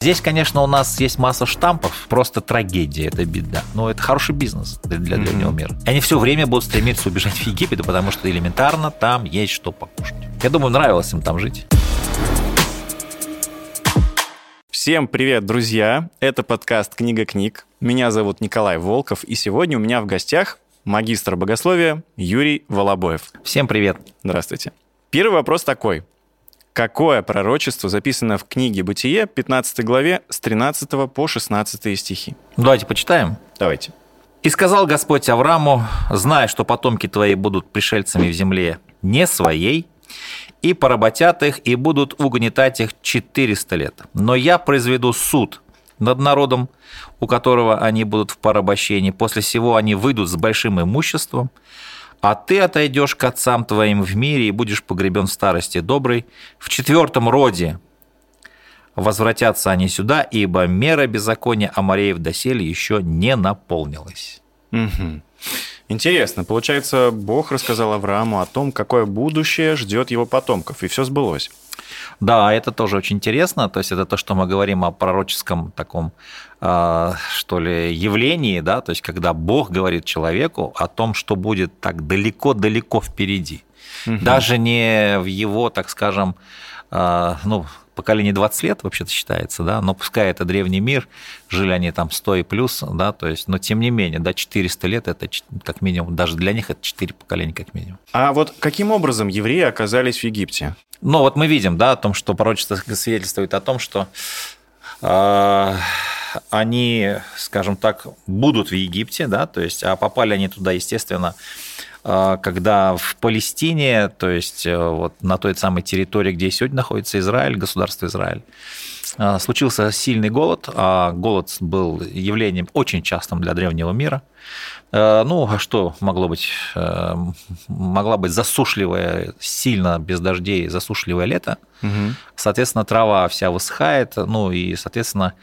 Здесь, конечно, у нас есть масса штампов, просто трагедия, это беда. Но это хороший бизнес для древнего мира. И они все время будут стремиться убежать в Египет, потому что элементарно там есть что покушать. Я думаю, нравилось им там жить. Всем привет, друзья! Это подкаст «Книга книг». Меня зовут Николай Волков, и сегодня у меня в гостях магистр богословия Юрий Волобоев. Всем привет! Здравствуйте. Первый вопрос такой. Какое пророчество записано в книге «Бытие», 15 главе, с 13 по 16 стихи? Давайте почитаем. Давайте. «И сказал Господь Аврааму, зная, что потомки твои будут пришельцами в земле не своей, и поработят их, и будут угнетать их 400 лет. Но я произведу суд над народом, у которого они будут в порабощении. После сего они выйдут с большим имуществом, а ты отойдешь к отцам твоим в мире и будешь погребен в старости доброй. В 4-м роде возвратятся они сюда, ибо мера беззакония Амореев доселе еще не наполнилась». Угу. Интересно, получается, Бог рассказал Аврааму о том, какое будущее ждет его потомков, и все сбылось. Да, это тоже очень интересно. То есть это то, что мы говорим о пророческом таком, что ли, явлении, да, то есть когда Бог говорит человеку о том, что будет так далеко-далеко впереди. Угу. Даже не в его, так скажем, поколение 20 лет вообще-то считается, да, но пускай это древний мир, жили они там 100 и плюс, да, то есть, но тем не менее, да, 400 лет это как минимум, даже для них это 4 поколения как минимум. А вот каким образом евреи оказались в Египте? Ну, вот мы видим, да, о том, что пророчество свидетельствует о том, что они, скажем так, будут в Египте, да, то есть, а попали они туда, естественно, когда в Палестине, то есть вот на той самой территории, где сегодня находится Израиль, государство Израиль, случился сильный голод, а голод был явлением очень частым для древнего мира. Ну, а что могло быть? Могла быть засушливое, сильно без дождей засушливое лето. Угу. Соответственно, трава вся высыхает, ну и, соответственно,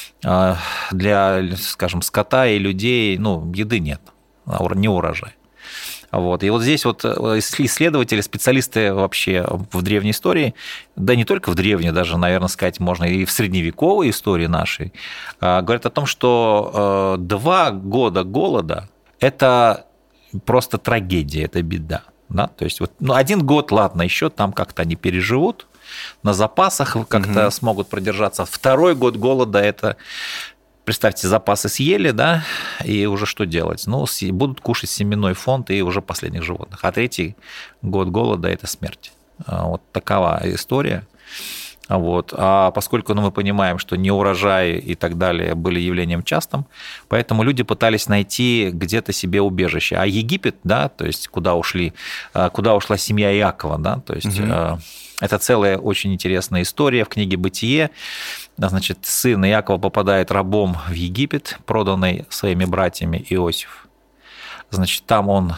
для, скажем, скота и людей, еды нет, не урожай. Вот. И вот здесь вот исследователи, специалисты вообще в древней истории, да не только в древней, даже, наверное, сказать можно и в средневековой истории нашей, говорят о том, что 2 года голода – это просто трагедия, это беда. Да? То есть вот, 1 год, ладно, еще там как-то они переживут, на запасах как-то смогут продержаться. 2-й год голода – это… Представьте, запасы съели, да, и уже что делать? Будут кушать семенной фонд и уже последних животных. А 3-й год голода – это смерть. Вот такова история. Вот. А поскольку мы понимаем, что неурожаи и так далее были явлением частым, поэтому люди пытались найти где-то себе убежище. А Египет, да, то есть куда ушла семья Иакова, да, то есть… Это целая очень интересная история в книге «Бытие». Значит, сын Иакова попадает рабом в Египет, проданный своими братьями Иосиф. Значит, там он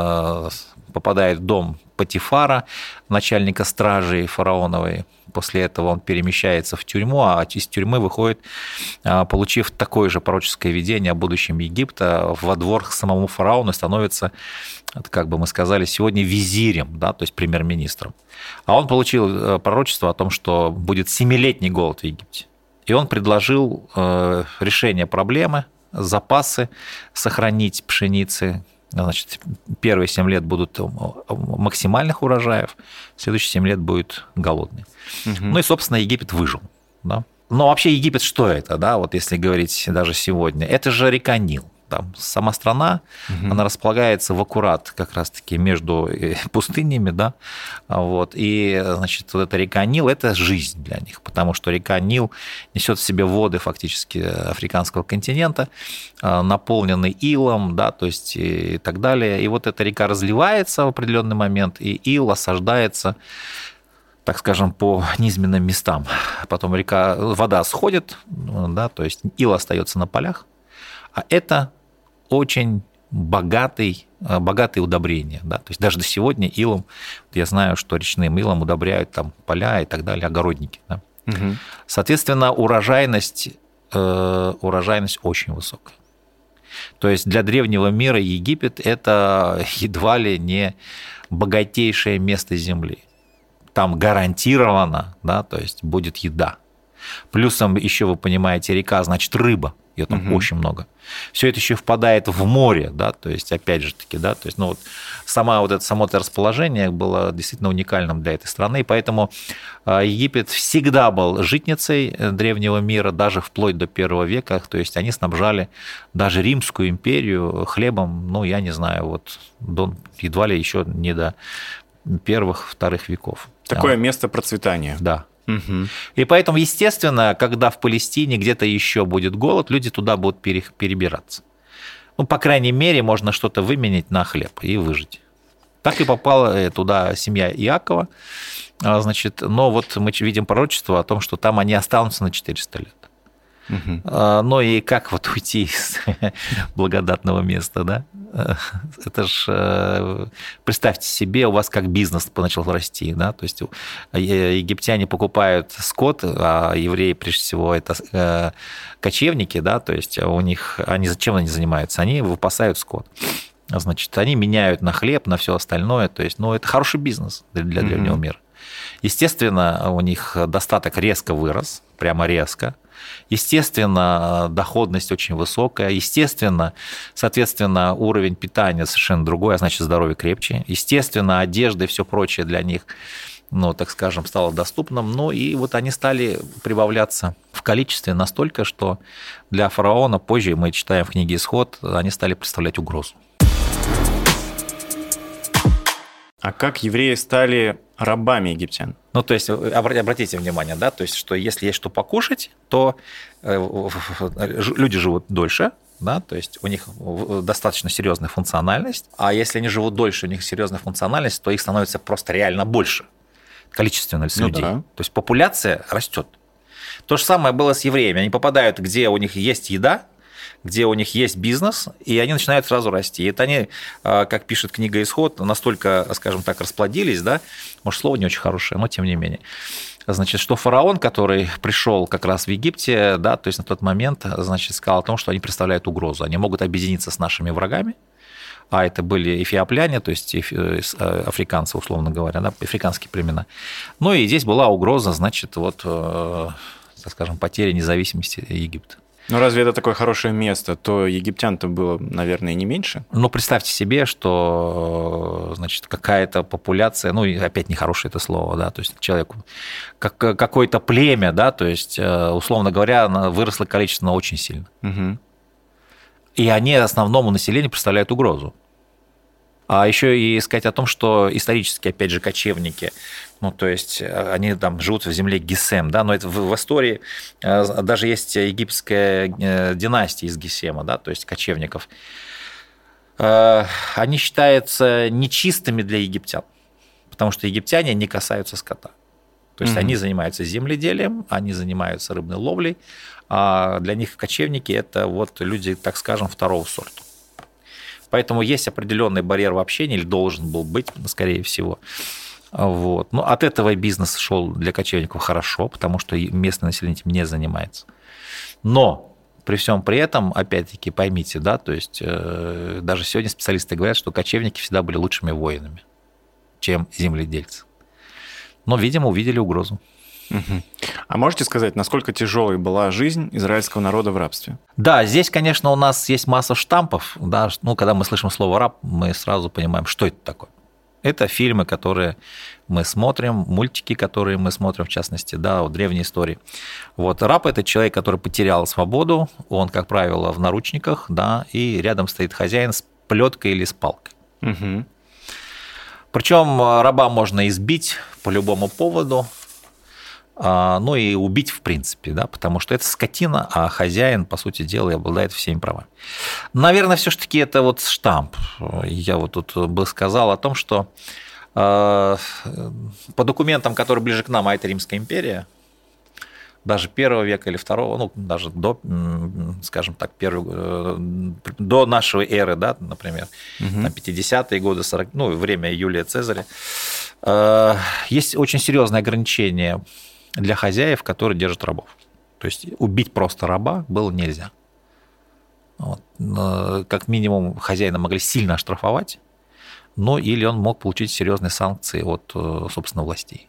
попадает в дом Потифара, начальника стражи фараоновой. После этого он перемещается в тюрьму, а из тюрьмы выходит, получив такое же пророческое видение о будущем Египта, во двор к самому фараону и становится, как бы мы сказали, сегодня визирем, да, то есть премьер-министром. А он получил пророчество о том, что будет 7-летний голод в Египте. И он предложил решение проблемы, запасы сохранить пшеницы. Значит, первые 7 лет будут максимальных урожаев, следующие 7 лет будет голодный. Угу. Ну и, собственно, Египет выжил. Да? Но вообще Египет что это, да, вот если говорить даже сегодня? Это же река Нил. Там сама страна, она располагается в аккурат как раз-таки между пустынями, да, вот, и, значит, вот эта река Нил – это жизнь для них, потому что река Нил несет в себе воды фактически африканского континента, наполненный илом, да, то есть и так далее, и вот эта река разливается в определенный момент, и ил осаждается, так скажем, по низменным местам, потом вода сходит, да, то есть ил остается на полях, а это очень богатые удобрения. Да? То есть даже до сегодня илом, я знаю, что речным илом удобряют там поля и так далее, огородники. Да? Угу. Соответственно, урожайность очень высокая. То есть для древнего мира Египет – это едва ли не богатейшее место Земли. Там гарантированно, да, то есть будет еда. Плюсом еще, вы понимаете, река, значит, рыба, ее там очень много. Все это еще впадает в море, да, то есть, опять же таки, да, то есть, ну, вот само это расположение было действительно уникальным для этой страны, и поэтому Египет всегда был житницей древнего мира, даже вплоть до 1 века, то есть, они снабжали даже Римскую империю хлебом, ну, я не знаю, вот едва ли еще не до 1-2 веков. Такое место процветания. Да. И поэтому, естественно, когда в Палестине где-то еще будет голод, люди туда будут перебираться. Ну, по крайней мере, можно что-то выменять на хлеб и выжить. Так и попала туда семья Иакова. Значит, но вот мы видим пророчество о том, что там они останутся на 400 лет. Ну и как вот уйти из благодатного места, да? Это ж, представьте себе, у вас как бизнес начал расти, да? То есть египтяне покупают скот, а евреи, прежде всего, это кочевники, да? То есть у них, чем они занимаются? Они выпасают скот. Значит, они меняют на хлеб, на все остальное. То есть, ну, это хороший бизнес для древнего мира. Естественно, у них достаток резко вырос, прямо резко. Естественно, доходность очень высокая. Естественно, соответственно, уровень питания совершенно другой, а значит, здоровье крепче. Естественно, одежда и все прочее для них, ну, так скажем, стало доступным. Ну, и вот они стали прибавляться в количестве настолько, что для фараона, позже мы читаем в книге «Исход», они стали представлять угрозу. А как евреи стали рабами египтян? Ну, то есть, обратите внимание, да, то есть, что если есть что покушать, то люди живут дольше, да, то есть у них достаточно серьезная функциональность, а если они живут дольше, у них серьезная функциональность, то их становится просто реально больше, количественно людей. Да. То есть популяция растет. То же самое было с евреями. Они попадают, где у них есть еда, где у них есть бизнес, и они начинают сразу расти. И это они, как пишет книга «Исход», настолько, скажем так, расплодились, да, может, слово не очень хорошее, но тем не менее. Значит, что фараон, который пришел как раз в Египте, да, то есть на тот момент, значит, сказал о том, что они представляют угрозу. Они могут объединиться с нашими врагами, а это были эфиопляне, то есть африканцы, условно говоря, да, африканские племена. Ну и здесь была угроза, значит, вот, так скажем, потери независимости Египта. Ну, разве это такое хорошее место, то египтян-то было, наверное, не меньше? Ну, представьте себе, что, значит, какая-то популяция, ну, и опять нехорошее это слово, да, то есть человеку, какое-то племя, да, то есть, условно говоря, выросло количественно очень сильно. И они основному населению представляют угрозу. А еще и сказать о том, что исторически, опять же, кочевники, ну, то есть они там живут в земле Гесем, да, но это в истории даже есть египетская династия из Гесема, да, то есть кочевников. Они считаются нечистыми для египтян, потому что египтяне не касаются скота. То есть они занимаются земледелием, они занимаются рыбной ловлей, а для них кочевники – это вот люди, так скажем, второго сорта. Поэтому есть определенный барьер в общении, или должен был быть, скорее всего. Вот. Но от этого бизнес шел для кочевников хорошо, потому что местное население этим не занимается. Но при всем при этом, опять-таки, поймите, да, то есть даже сегодня специалисты говорят, что кочевники всегда были лучшими воинами, чем земледельцы. Но, видимо, увидели угрозу. А можете сказать, насколько тяжелой была жизнь израильского народа в рабстве? Да, здесь, конечно, у нас есть масса штампов. Да, ну, когда мы слышим слово «раб», мы сразу понимаем, что это такое. Это фильмы, которые мы смотрим, мультики, которые мы смотрим, в частности, да, вот древние истории. Вот раб – это человек, который потерял свободу, он, как правило, в наручниках, да, и рядом стоит хозяин с плеткой или с палкой. Причем раба можно избить по любому поводу, ну и убить в принципе, да, потому что это скотина, а хозяин, по сути дела, обладает всеми правами. Наверное, все-таки это вот штамп. Я вот тут бы сказал о том, что по документам, которые ближе к нам, а это Римская империя, даже 1 века или 2, ну, даже до, скажем так, до нашей эры, да, например, на 50-е годы, 40, ну, время Юлия Цезаря, есть очень серьезные ограничения для хозяев, которые держат рабов. То есть убить просто раба было нельзя. Вот. Как минимум хозяина могли сильно оштрафовать, но или он мог получить серьезные санкции от, собственно, властей.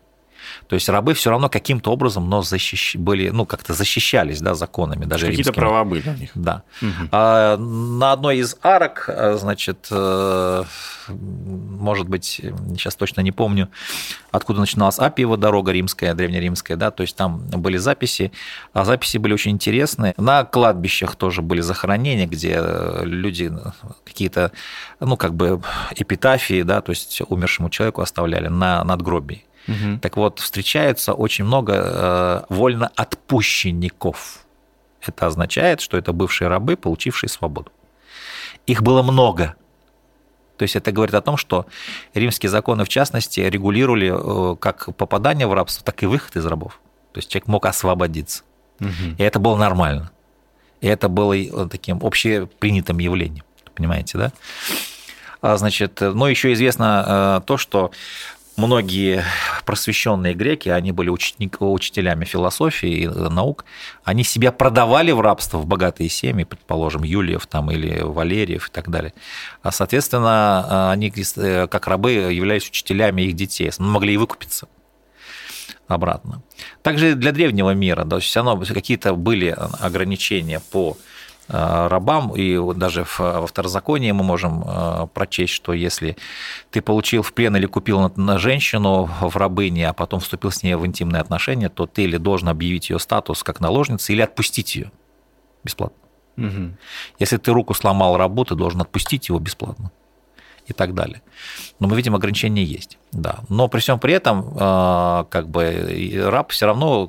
То есть рабы все равно каким-то образом, но были, как-то защищались, да, законами, даже какие-то римскими. права были у них. Да. На одной из арок, значит, может быть, сейчас точно не помню, откуда начиналась Аппиева дорога римская, древнеримская, да, то есть там были записи, а записи были очень интересные. На кладбищах тоже были захоронения, где люди какие-то, эпитафии, да, то есть умершему человеку оставляли на надгробии. Так вот, встречается очень много вольноотпущенников. Это означает, что это бывшие рабы, получившие свободу. Их было много. То есть это говорит о том, что римские законы, в частности, регулировали как попадание в рабство, так и выход из рабов. То есть человек мог освободиться. И это было нормально. И это было таким общепринятым явлением. Понимаете, да? Значит, еще известно то, что многие просвещенные греки, они были учителями философии и наук, они себя продавали в рабство в богатые семьи, предположим, Юлиев там, или Валериев и так далее. А, соответственно, они как рабы являлись учителями их детей, могли и выкупиться обратно. Также для древнего мира, да, все равно какие-то были ограничения по рабам, и даже во Второзаконии мы можем прочесть, что если ты получил в плен или купил на женщину в рабыне, а потом вступил с ней в интимные отношения, то ты или должен объявить ее статус как наложницы, или отпустить ее бесплатно. Если ты руку сломал рабу, ты должен отпустить его бесплатно. И так далее. Но мы видим, ограничения есть. Да. Но при всем при этом раб все равно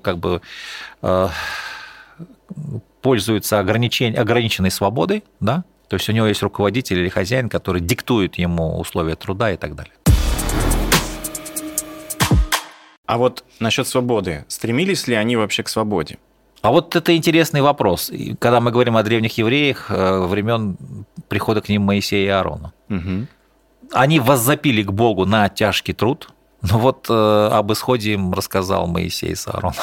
пользуется ограниченной свободой, да? То есть у него есть руководитель или хозяин, который диктует ему условия труда и так далее. А вот насчет свободы. Стремились ли они вообще к свободе? А вот это интересный вопрос. Когда мы говорим о древних евреях, времен прихода к ним Моисея и Аарона. Они воззапили к Богу на тяжкий труд, но вот об исходе им рассказал Моисей с Аароном.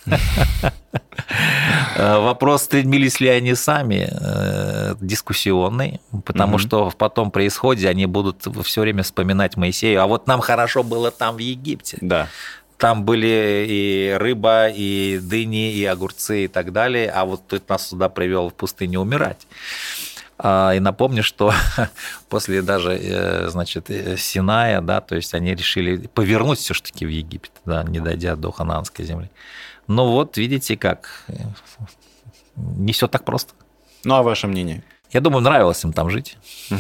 Вопрос, стремились ли они сами, дискуссионный, потому что потом при исходе они будут все время вспоминать Моисея. А вот нам хорошо было там, в Египте. Да. Там были и рыба, и дыни, и огурцы, и так далее. А вот ты нас сюда привел в пустыню умирать. И напомню, что после даже, значит, Синая, да, то есть они решили повернуть все-таки в Египет, да, не дойдя до Ханаанской земли. Ну вот, видите, как не все так просто. Ну, а ваше мнение? Я думаю, нравилось им там жить.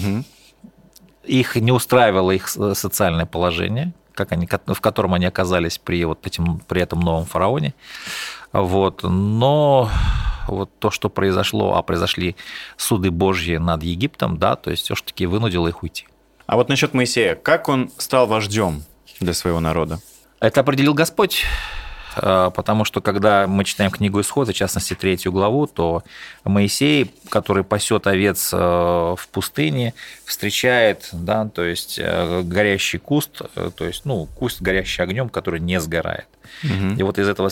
Их не устраивало их социальное положение, в котором они оказались при этом новом фараоне. Вот. Но вот то, что произошло, а произошли суды Божьи над Египтом, да, то есть все-таки вынудило их уйти. А вот насчет Моисея, как он стал вождем для своего народа? Это определил Господь. Потому что, когда мы читаем книгу Исхода, в частности, 3 главу, то Моисей, который пасет овец в пустыне, встречает, да, то есть горящий куст, то есть, куст, горящий огнем, который не сгорает. И вот из этой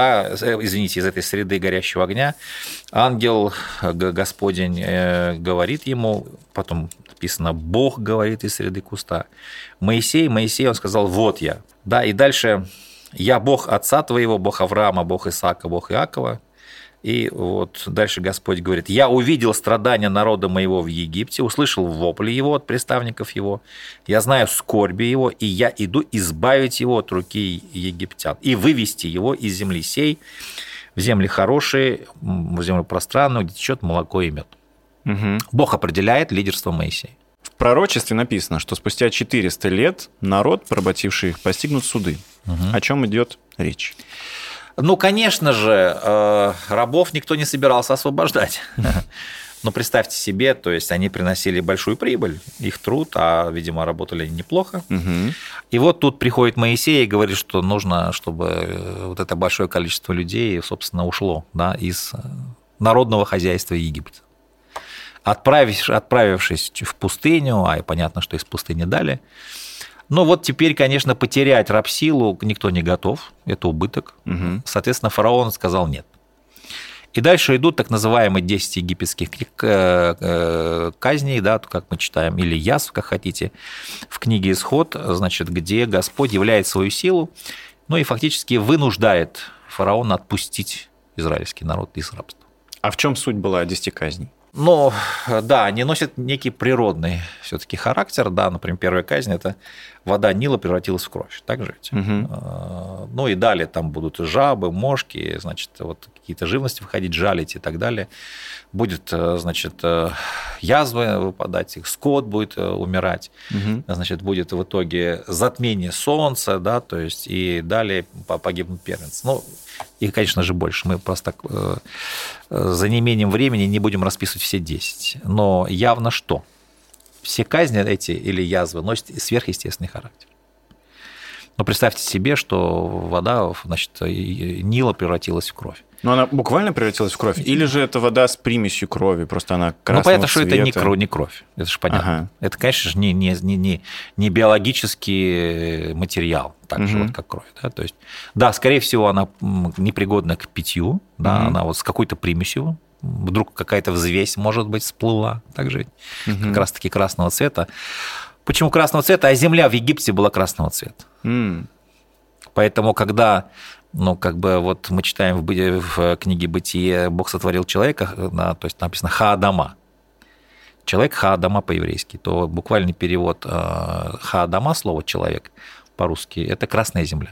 среды горящего огня ангел Господень говорит ему, потом написано, Бог говорит из среды куста. Моисей, он сказал, вот я. Да, и дальше... «Я Бог отца твоего, Бог Авраама, Бог Исаака, Бог Иакова». И вот дальше Господь говорит, «Я увидел страдания народа моего в Египте, услышал вопли его от приставников его, я знаю скорби его, и я иду избавить его от руки египтян и вывести его из земли сей в земли хорошие, в землю пространную, где течет молоко и мед». Бог определяет лидерство Моисея. В пророчестве написано, что спустя 400 лет народ, поработивший их, постигнут суды. О чем идет речь? Конечно же, рабов никто не собирался освобождать. Но представьте себе, то есть они приносили большую прибыль, их труд, а, видимо, работали неплохо. И вот тут приходит Моисей и говорит, что нужно, чтобы вот это большое количество людей, собственно, ушло, да, из народного хозяйства Египта. Отправившись в пустыню, и понятно, что из пустыни дали. Но вот теперь, конечно, потерять рабсилу никто не готов, это убыток. Соответственно, фараон сказал нет. И дальше идут так называемые 10 египетских казней, да, как мы читаем, или язв, как хотите, в книге «Исход», значит, где Господь являет свою силу Ну и фактически вынуждает фараона отпустить израильский народ из рабства. А в чем суть была 10 казней? Но, да, они носят некий природный все-таки характер. Да, например, первая казнь – это вода Нила превратилась в кровь. Так же ведь? Угу. Ну и далее там будут жабы, мошки, значит, вот какие-то живности выходить, жалить и так далее. Будет, значит, язвы выпадать, скот будет умирать. Угу. Значит, будет в итоге затмение солнца, да, то есть и далее погибнут первенцы. Ну, их, конечно же, больше. Мы просто так за неимением времени не будем расписывать все 10. Но явно что? Все казни эти или язвы носят сверхъестественный характер. Но представьте себе, что вода, значит, Нила превратилась в кровь. Но она буквально превратилась в кровь? Или же это вода с примесью крови, просто она красного цвета? Ну, понятно, что это не кровь. Это же понятно. Ага. Это, конечно же, не биологический материал, так же, вот, как кровь. Да? То есть, да, скорее всего, она непригодна к питью, да, она вот с какой-то примесью. Вдруг какая-то взвесь, может быть, всплыла, также как раз-таки красного цвета. Почему красного цвета? А земля в Египте была красного цвета. Поэтому, когда, ну, как бы вот мы читаем в книге «Бытие», Бог сотворил человека, то есть написано «Ха-Адама». Человек «Ха-Адама» по-еврейски, то буквальный перевод «Ха-Адама», слово «человек» по-русски, это красная земля.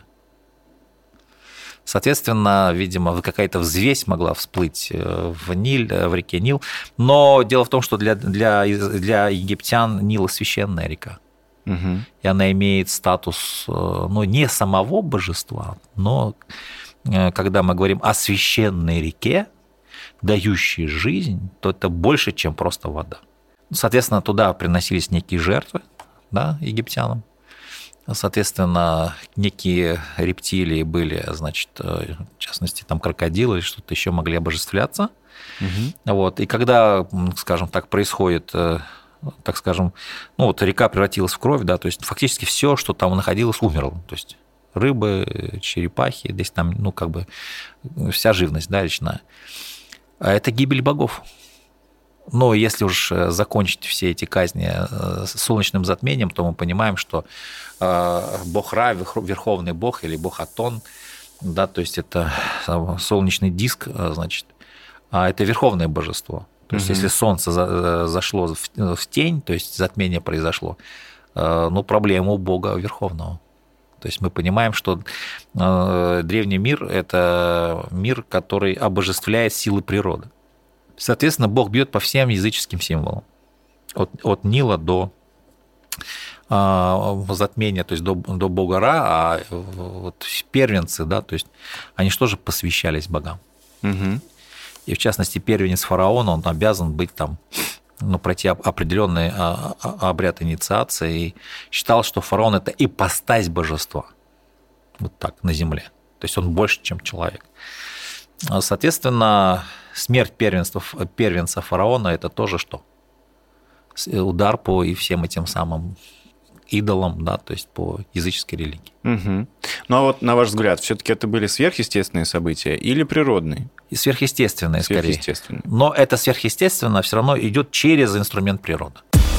Соответственно, видимо, какая-то взвесь могла всплыть в реке Нил. Но дело в том, что для египтян Нил – священная река. Угу. И она имеет статус, ну, не самого божества, но когда мы говорим о священной реке, дающей жизнь, то это больше, чем просто вода. Соответственно, туда приносились некие жертвы, да, египтянам. Соответственно, некие рептилии были, значит, в частности, там крокодилы или что-то еще могли обожествляться. Угу. Вот. И когда, скажем так, происходит, так скажем, ну вот река превратилась в кровь, да, то есть фактически все, что там находилось, умерло. То есть рыбы, черепахи, здесь там, ну, как бы вся живность, да, речная. А это гибель богов. Но если уж закончить все эти казни солнечным затмением, то мы понимаем, что бог Ра, верховный бог или бог Атон, да, то есть это солнечный диск, значит, а это верховное божество. То есть если солнце зашло в тень, то есть затмение произошло, ну, проблема у бога верховного. То есть мы понимаем, что древний мир – это мир, который обожествляет силы природы. Соответственно, Бог бьет по всем языческим символам. От Нила до затмения, то есть до бога Ра, а вот первенцы, да, то есть они же тоже посвящались богам. Угу. И в частности, первенец фараона, он обязан быть там, ну, пройти определенный обряд инициации, и считал, что фараон – это ипостась божества. Вот так, на земле. То есть он больше, чем человек. Соответственно, смерть первенца фараона – это тоже что? Удар по и всем этим самым идолам, да, то есть по языческой религии. Угу. Ну а вот на ваш взгляд, все-таки это были сверхъестественные события или природные? И сверхъестественные, скорее. Но это сверхъестественно все равно идет через инструмент природы.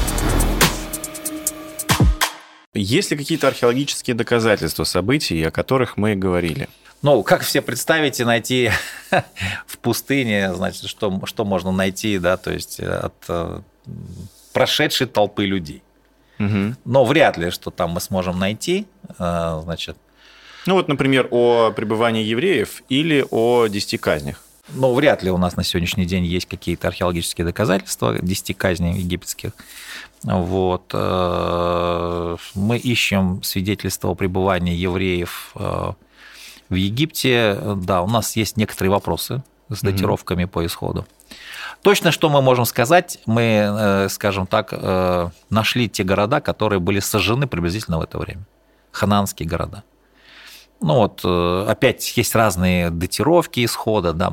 Есть ли какие-то археологические доказательства событий, о которых мы говорили? Ну, как все представить и найти в пустыне, значит, что можно найти, да, то есть от прошедшей толпы людей. Угу. Но вряд ли, что там мы сможем найти, значит. Ну вот, например, о пребывании евреев или о 10 казнях. Ну, вряд ли у нас на сегодняшний день есть какие-то археологические доказательства 10 казней египетских. Вот. Мы ищем свидетельства о пребывании евреев в Египте. Да, у нас есть некоторые вопросы с датировками по исходу. Точно, что мы можем сказать, мы, скажем так, нашли те города, которые были сожжены приблизительно в это время. Ханаанские города. Ну вот, опять есть разные датировки исхода, да,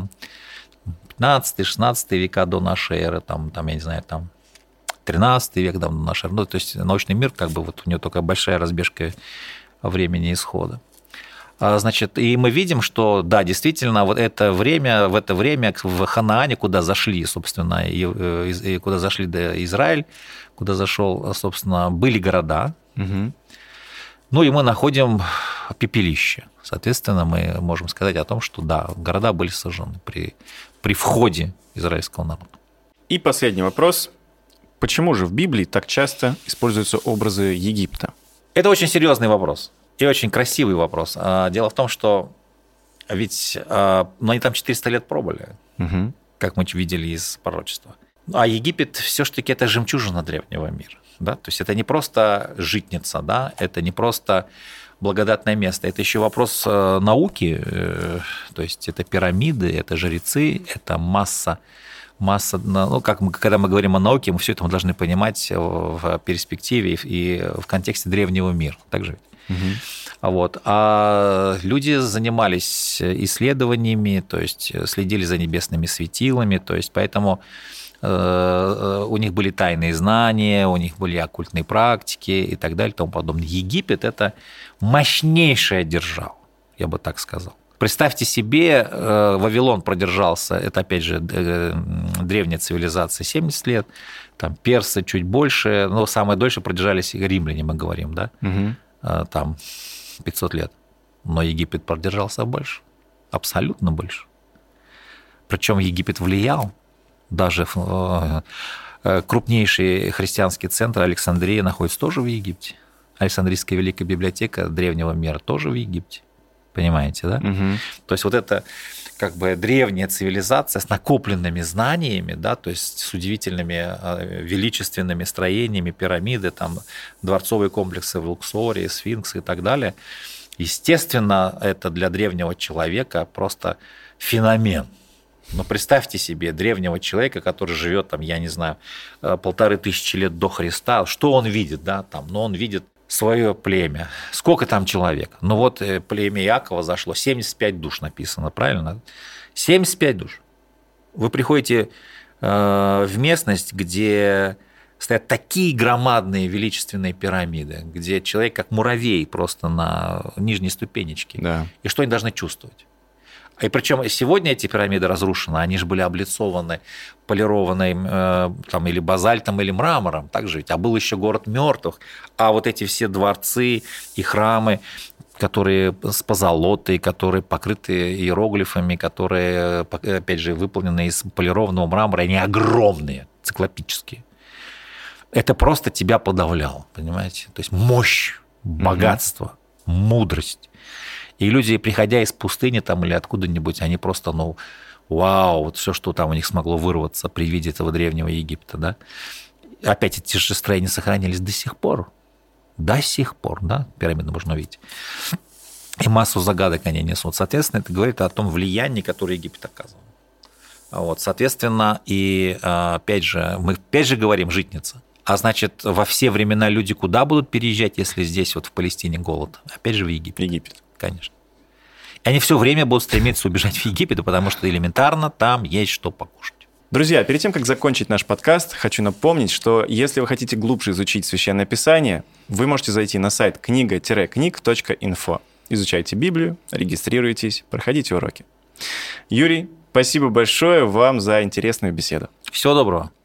15-16 века до нашей эры, там, я не знаю, там 13 век до нашей эры. Ну, то есть научный мир, как бы, вот у него только большая разбежка времени исхода. Значит, и мы видим, что, да, действительно, вот в это время в Ханаане, куда зашли, собственно, куда зашли Израиль, куда зашел, собственно, были города. Угу. Ну, и мы находим пепелище, Соответственно, мы можем сказать о том, что да, города были сожжены при входе израильского народа. И последний вопрос. Почему же в Библии так часто используются образы Египта? Это очень серьезный вопрос и очень красивый вопрос. Дело в том, что ведь они там 400 лет пробыли, как мы видели из пророчества. А Египет все-таки это жемчужина древнего мира. Да? То есть это не просто житница, да? Это не просто благодатное место, это еще вопрос науки, то есть это пирамиды, это жрецы, это масса, когда мы говорим о науке, мы все это должны понимать в перспективе и в контексте древнего мира. Так же ведь? Вот. А люди занимались исследованиями, то есть следили за небесными светилами, то есть поэтому у них были тайные знания, у них были оккультные практики и так далее и тому подобное. Египет – это мощнейшая держава, я бы так сказал. Представьте себе, Вавилон продержался, это опять же древняя цивилизация, 70 лет, там персы чуть больше, но самое дольше продержались римляне, мы говорим, да, там 500 лет. Но Египет продержался больше, абсолютно больше. Причем Египет влиял. Даже крупнейший христианский центр Александрия находится тоже в Египте. Александрийская Великая библиотека древнего мира тоже в Египте. Понимаете, да? То есть вот это как бы древняя цивилизация с накопленными знаниями, да, то есть с удивительными величественными строениями, пирамиды, там, дворцовые комплексы в Луксоре, сфинксы и так далее. Естественно, это для древнего человека просто феномен. Но представьте себе древнего человека, который живет, там, я не знаю, 1500 лет до Христа. Что он видит? Да? Там, ну, он видит свое племя. Сколько там человек? Ну вот племя Иакова зашло, 75 душ написано, правильно? 75 душ. Вы приходите в местность, где стоят такие громадные величественные пирамиды, где человек как муравей просто на нижней ступенечке. Да. И что они должны чувствовать? И причем сегодня эти пирамиды разрушены, они же были облицованы, полированы там, или базальтом, или мрамором, так же ведь. А был еще город мертвых. А вот эти все дворцы и храмы, которые с позолотой, которые покрыты иероглифами, которые, опять же, выполнены из полированного мрамора, они огромные, циклопические. Это просто тебя подавляло, понимаете? То есть мощь, богатство, мудрость. И люди, приходя из пустыни там или откуда-нибудь, они просто, ну, вау, вот все, что там у них смогло вырваться при виде этого древнего Египта, да. Опять эти же строения сохранились до сих пор. До сих пор, да, пирамиды можно увидеть. И массу загадок они несут. Соответственно, это говорит о том влиянии, которое Египет оказывал. Вот, соответственно, и опять же, мы опять же говорим «житница». А значит, во все времена люди куда будут переезжать, если здесь вот в Палестине голод? Опять же в Египет. Египет. Конечно. И они все время будут стремиться убежать в Египет, потому что элементарно там есть что покушать. Друзья, перед тем, как закончить наш подкаст, хочу напомнить, что если вы хотите глубже изучить Священное Писание, вы можете зайти на сайт книга-книг.info. Изучайте Библию, регистрируйтесь, проходите уроки. Юрий, спасибо большое вам за интересную беседу. Всего доброго.